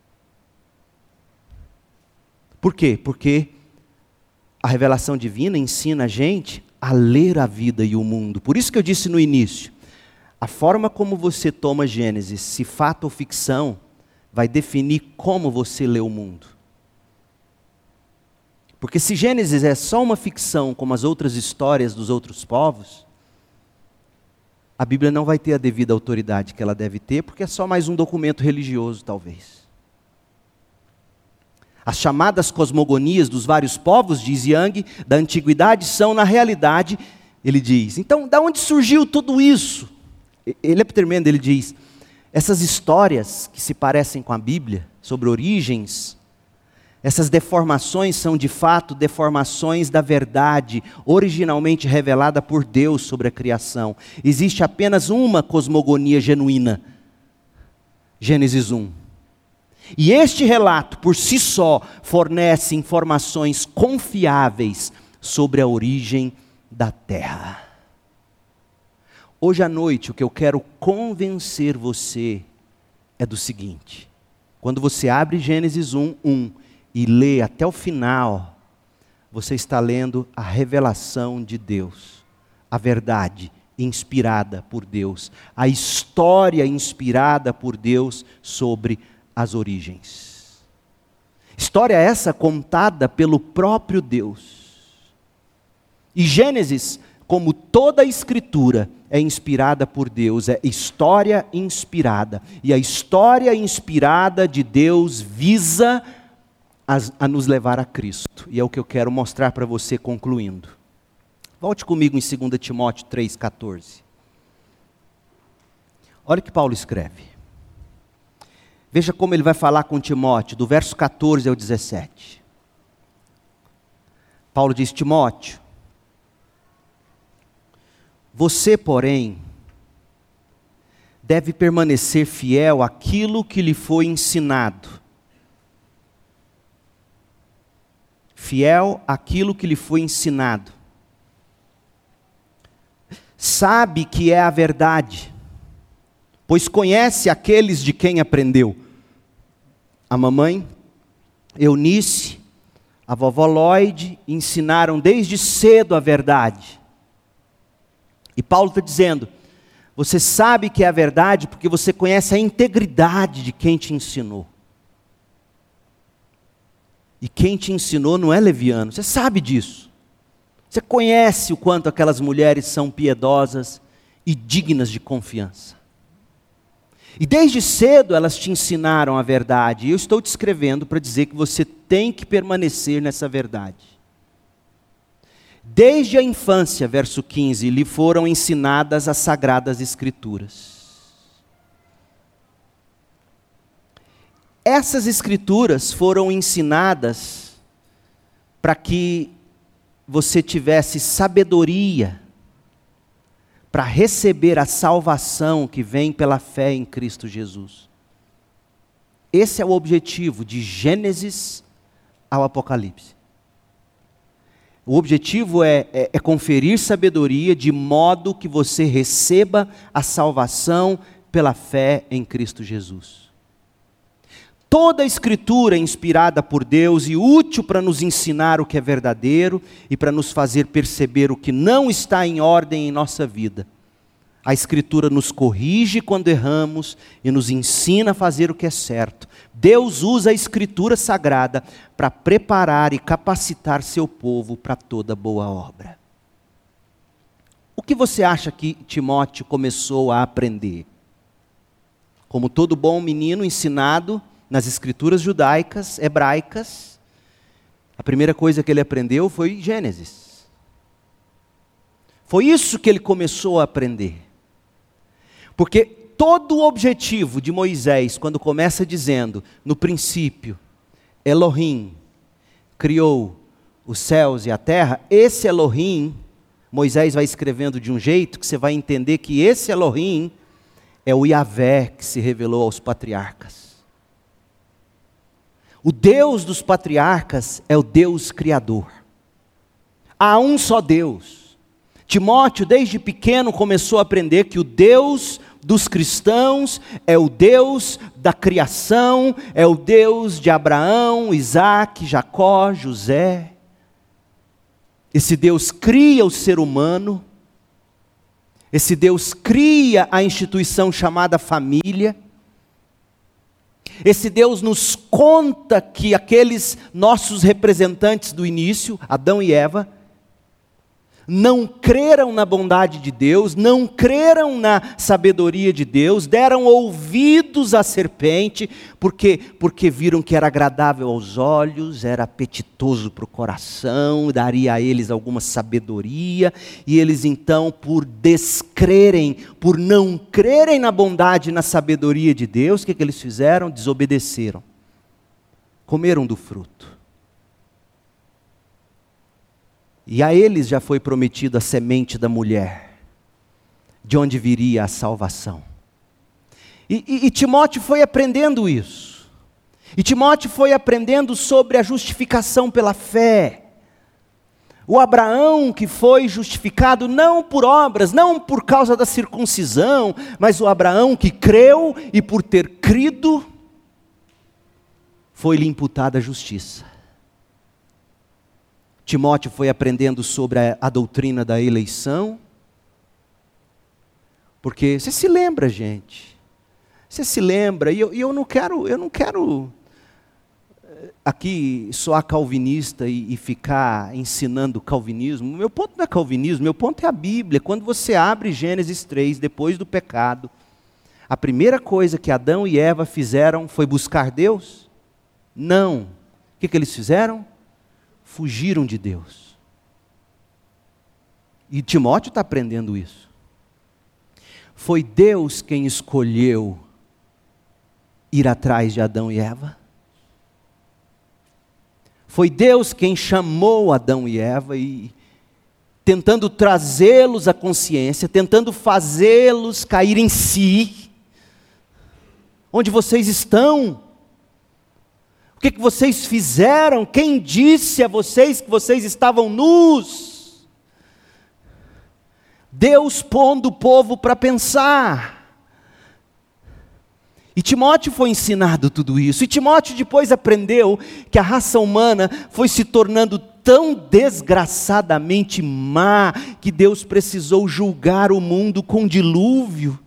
Por quê? Porque a revelação divina ensina a gente a ler a vida e o mundo. Por isso que eu disse no início, a forma como você toma Gênesis, se fato ou ficção, vai definir como você lê o mundo. Porque se Gênesis é só uma ficção, como as outras histórias dos outros povos, a Bíblia não vai ter a devida autoridade que ela deve ter, porque é só mais um documento religioso, talvez. As chamadas cosmogonias dos vários povos, diz Young, da antiguidade, são, na realidade, ele diz, então, da onde surgiu tudo isso? Ele é tremendo, ele diz, essas histórias que se parecem com a Bíblia, sobre origens, essas deformações são, de fato, deformações da verdade, originalmente revelada por Deus sobre a criação. Existe apenas uma cosmogonia genuína, Gênesis um. E este relato, por si só, fornece informações confiáveis sobre a origem da terra. Hoje à noite, o que eu quero convencer você é do seguinte: quando você abre Gênesis um, um e lê até o final, você está lendo a revelação de Deus, a verdade inspirada por Deus, a história inspirada por Deus sobre as origens. História essa contada pelo próprio Deus. E Gênesis, como toda a Escritura, é inspirada por Deus, é história inspirada. E a história inspirada de Deus visa a, a nos levar a Cristo. E é o que eu quero mostrar para você concluindo. Volte comigo em dois Timóteo três, quatorze. Olha o que Paulo escreve. Veja como ele vai falar com Timóteo, do verso quatorze ao dezessete. Paulo diz: Timóteo, você, porém, deve permanecer fiel àquilo que lhe foi ensinado. Fiel àquilo que lhe foi ensinado. Sabe que é a verdade, pois conhece aqueles de quem aprendeu. A mamãe Eunice, a vovó Lloyd, ensinaram desde cedo a verdade. E Paulo está dizendo, você sabe que é a verdade porque você conhece a integridade de quem te ensinou. E quem te ensinou não é leviano, você sabe disso. Você conhece o quanto aquelas mulheres são piedosas e dignas de confiança. E desde cedo elas te ensinaram a verdade. E eu estou te escrevendo para dizer que você tem que permanecer nessa verdade. Desde a infância, verso quinze, lhe foram ensinadas as sagradas escrituras. Essas escrituras foram ensinadas para que você tivesse sabedoria para receber a salvação que vem pela fé em Cristo Jesus. Esse é o objetivo de Gênesis ao Apocalipse. O objetivo é, é, é conferir sabedoria de modo que você receba a salvação pela fé em Cristo Jesus. Toda a Escritura é inspirada por Deus e útil para nos ensinar o que é verdadeiro e para nos fazer perceber o que não está em ordem em nossa vida. A Escritura nos corrige quando erramos e nos ensina a fazer o que é certo. Deus usa a Escritura Sagrada para preparar e capacitar seu povo para toda boa obra. O que você acha que Timóteo começou a aprender? Como todo bom menino ensinado nas escrituras judaicas, hebraicas, a primeira coisa que ele aprendeu foi Gênesis. Foi isso que ele começou a aprender. Porque todo o objetivo de Moisés, quando começa dizendo, no princípio, Elohim criou os céus e a terra, esse Elohim, Moisés vai escrevendo de um jeito que você vai entender que esse Elohim é o Yahvé que se revelou aos patriarcas. O Deus dos patriarcas é o Deus criador. Há um só Deus. Timóteo, desde pequeno, começou a aprender que o Deus dos cristãos é o Deus da criação, é o Deus de Abraão, Isaac, Jacó, José. Esse Deus cria o ser humano. Esse Deus cria a instituição chamada família. Esse Deus nos conta que aqueles nossos representantes do início, Adão e Eva, não creram na bondade de Deus, não creram na sabedoria de Deus, deram ouvidos à serpente, porque, porque viram que era agradável aos olhos, era apetitoso para o coração, daria a eles alguma sabedoria, e eles então, por descrerem, por não crerem na bondade e na sabedoria de Deus, o que, que eles fizeram? Desobedeceram, comeram do fruto. E a eles já foi prometida a semente da mulher, de onde viria a salvação. E, e, e Timóteo foi aprendendo isso. E Timóteo foi aprendendo sobre a justificação pela fé. O Abraão que foi justificado não por obras, não por causa da circuncisão, mas o Abraão que creu e por ter crido, foi-lhe imputada a justiça. Timóteo foi aprendendo sobre a, a doutrina da eleição. Porque você se lembra, gente. Você se lembra, e eu, e eu não quero, eu não quero aqui soar calvinista e, e ficar ensinando calvinismo. Meu ponto não é calvinismo, meu ponto é a Bíblia. Quando você abre Gênesis três, depois do pecado, a primeira coisa que Adão e Eva fizeram foi buscar Deus? Não. O que, que eles fizeram? Fugiram de Deus. E Timóteo está aprendendo isso. Foi Deus quem escolheu ir atrás de Adão e Eva. Foi Deus quem chamou Adão e Eva e tentando trazê-los à consciência, tentando fazê-los cair em si. Onde vocês estão? O que, que vocês fizeram? Quem disse a vocês que vocês estavam nus? Deus pondo o povo para pensar. E Timóteo foi ensinado tudo isso. E Timóteo depois aprendeu que a raça humana foi se tornando tão desgraçadamente má que Deus precisou julgar o mundo com dilúvio.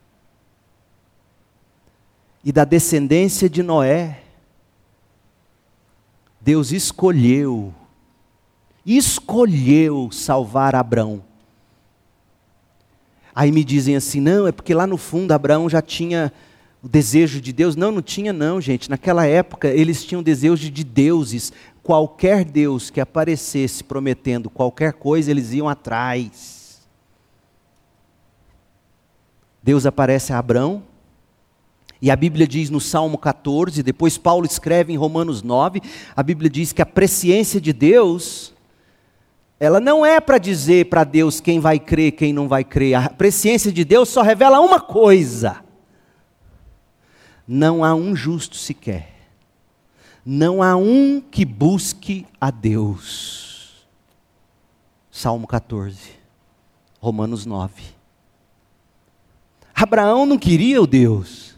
E da descendência de Noé, Deus escolheu, escolheu salvar Abrão. Aí me dizem assim, não, é porque lá no fundo Abraão já tinha o desejo de Deus. Não, não tinha não, gente. Naquela época eles tinham desejo de deuses. Qualquer Deus que aparecesse prometendo qualquer coisa, eles iam atrás. Deus aparece a Abrão, e a Bíblia diz no Salmo catorze, depois Paulo escreve em Romanos nove, a Bíblia diz que a presciência de Deus, ela não é para dizer para Deus quem vai crer, quem não vai crer. A presciência de Deus só revela uma coisa: não há um justo sequer. Não há um que busque a Deus. Salmo catorze, Romanos nove. Abraão não queria o Deus.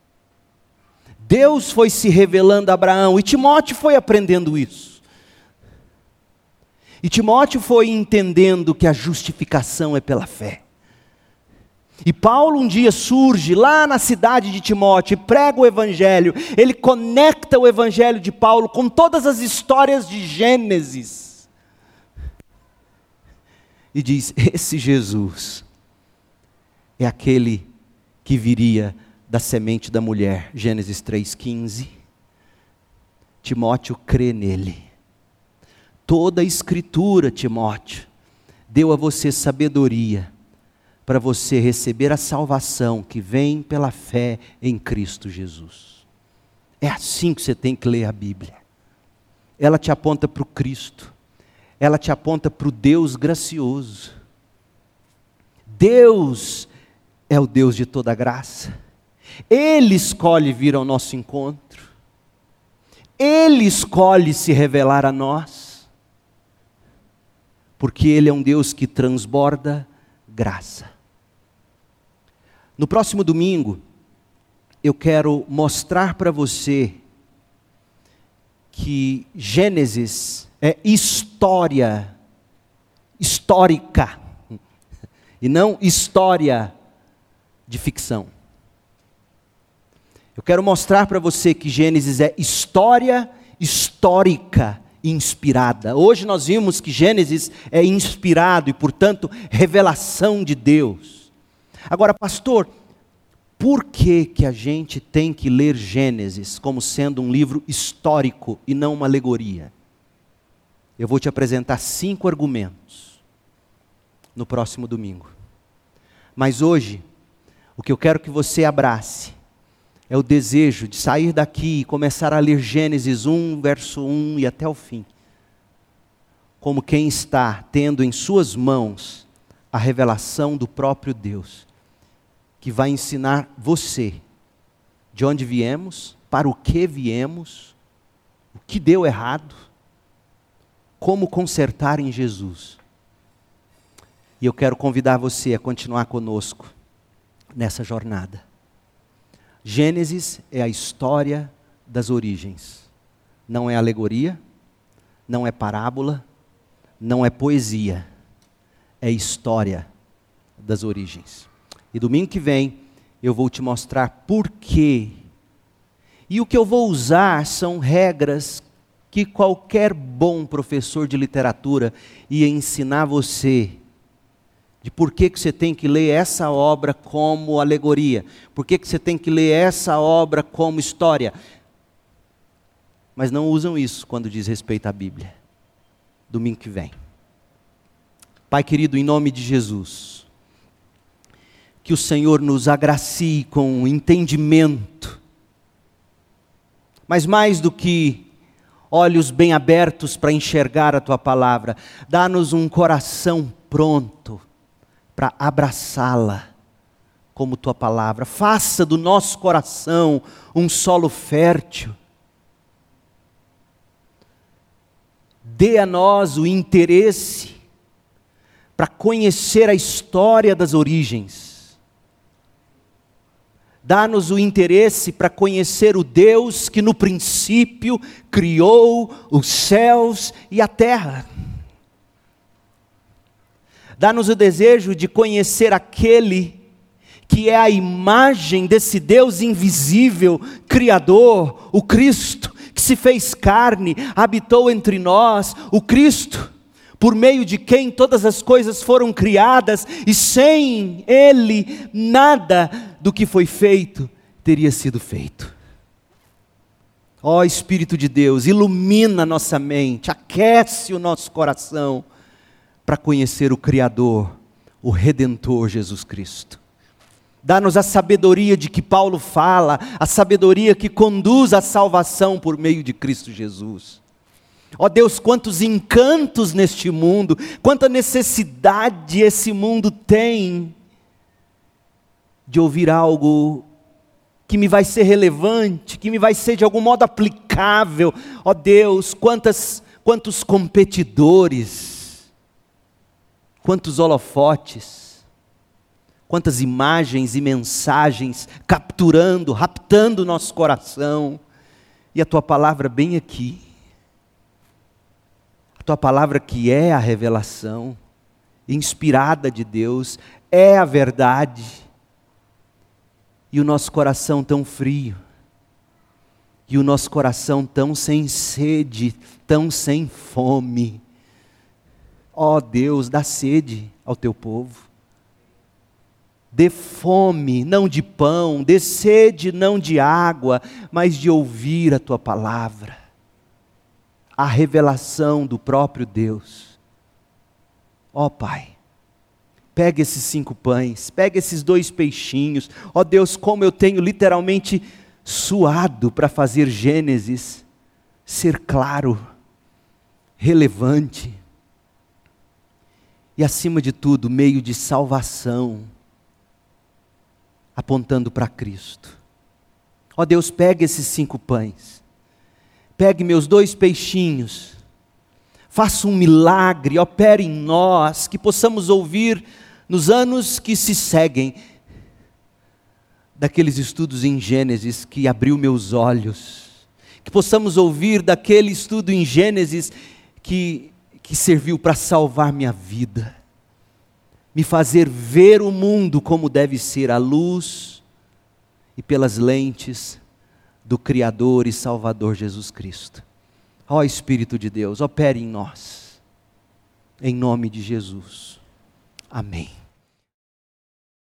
Deus foi se revelando a Abraão, e Timóteo foi aprendendo isso. E Timóteo foi entendendo que a justificação é pela fé. E Paulo um dia surge lá na cidade de Timóteo e prega o Evangelho. Ele conecta o Evangelho de Paulo com todas as histórias de Gênesis. E diz, esse Jesus é aquele que viria da semente da mulher. Gênesis três, quinze. Timóteo crê nele. Toda a escritura, Timóteo, deu a você sabedoria para você receber a salvação que vem pela fé em Cristo Jesus. É assim que você tem que ler a Bíblia. Ela te aponta para o Cristo. Ela te aponta para o Deus gracioso. Deus é o Deus de toda graça. Ele escolhe vir ao nosso encontro. Ele escolhe se revelar a nós. Porque Ele é um Deus que transborda graça. No próximo domingo, eu quero mostrar para você que Gênesis é história, histórica, e não história de ficção. Eu quero mostrar para você que Gênesis é história histórica e inspirada. Hoje nós vimos que Gênesis é inspirado e, portanto, revelação de Deus. Agora, pastor, por que que a gente tem que ler Gênesis como sendo um livro histórico e não uma alegoria? Eu vou te apresentar cinco argumentos no próximo domingo. Mas hoje, o que eu quero que você abrace é o desejo de sair daqui e começar a ler Gênesis um, verso um e até o fim. Como quem está tendo em suas mãos a revelação do próprio Deus, que vai ensinar você de onde viemos, para o que viemos, o que deu errado, como consertar em Jesus. E eu quero convidar você a continuar conosco nessa jornada. Gênesis é a história das origens. Não é alegoria, não é parábola, não é poesia. É história das origens. E domingo que vem eu vou te mostrar por quê. E o que eu vou usar são regras que qualquer bom professor de literatura ia ensinar você, de por que que você tem que ler essa obra como alegoria, por que que você tem que ler essa obra como história. Mas não usam isso quando diz respeito à Bíblia. Domingo que vem. Pai querido, em nome de Jesus, que o Senhor nos agracie com entendimento, mas mais do que olhos bem abertos para enxergar a Tua palavra, dá-nos um coração pronto para abraçá-la como Tua palavra. Faça do nosso coração um solo fértil. Dê a nós o interesse para conhecer a história das origens. Dá-nos o interesse para conhecer o Deus que no princípio criou os céus e a terra. Dá-nos o desejo de conhecer aquele que é a imagem desse Deus invisível, Criador, o Cristo, que se fez carne, habitou entre nós, o Cristo, por meio de quem todas as coisas foram criadas, e sem Ele, nada do que foi feito teria sido feito. Ó Espírito de Deus, ilumina nossa mente, aquece o nosso coração, para conhecer o Criador, o Redentor Jesus Cristo. Dá-nos a sabedoria de que Paulo fala, a sabedoria que conduz à salvação por meio de Cristo Jesus. Ó Deus, quantos encantos neste mundo, quanta necessidade esse mundo tem de ouvir algo que me vai ser relevante, que me vai ser de algum modo aplicável. Ó Deus, quantas, quantos competidores, quantos holofotes, quantas imagens e mensagens capturando, raptando o nosso coração, e a Tua palavra bem aqui, a Tua palavra que é a revelação, inspirada de Deus, é a verdade, e o nosso coração tão frio, e o nosso coração tão sem sede, tão sem fome. Ó Deus, dá sede ao Teu povo. Dê fome, não de pão, dê sede, não de água, mas de ouvir a Tua palavra, a revelação do próprio Deus. Ó Pai, pega esses cinco pães, pega esses dois peixinhos. Ó Deus, como eu tenho literalmente suado para fazer Gênesis ser claro, relevante, e acima de tudo, meio de salvação, apontando para Cristo. Ó Deus, pega esses cinco pães, pegue meus dois peixinhos, faça um milagre, opere em nós, que possamos ouvir nos anos que se seguem, daqueles estudos em Gênesis que abriu meus olhos, que possamos ouvir daquele estudo em Gênesis que, que serviu para salvar minha vida, me fazer ver o mundo como deve ser, à luz e pelas lentes do Criador e Salvador Jesus Cristo. Ó Espírito de Deus, opere em nós, em nome de Jesus. Amém.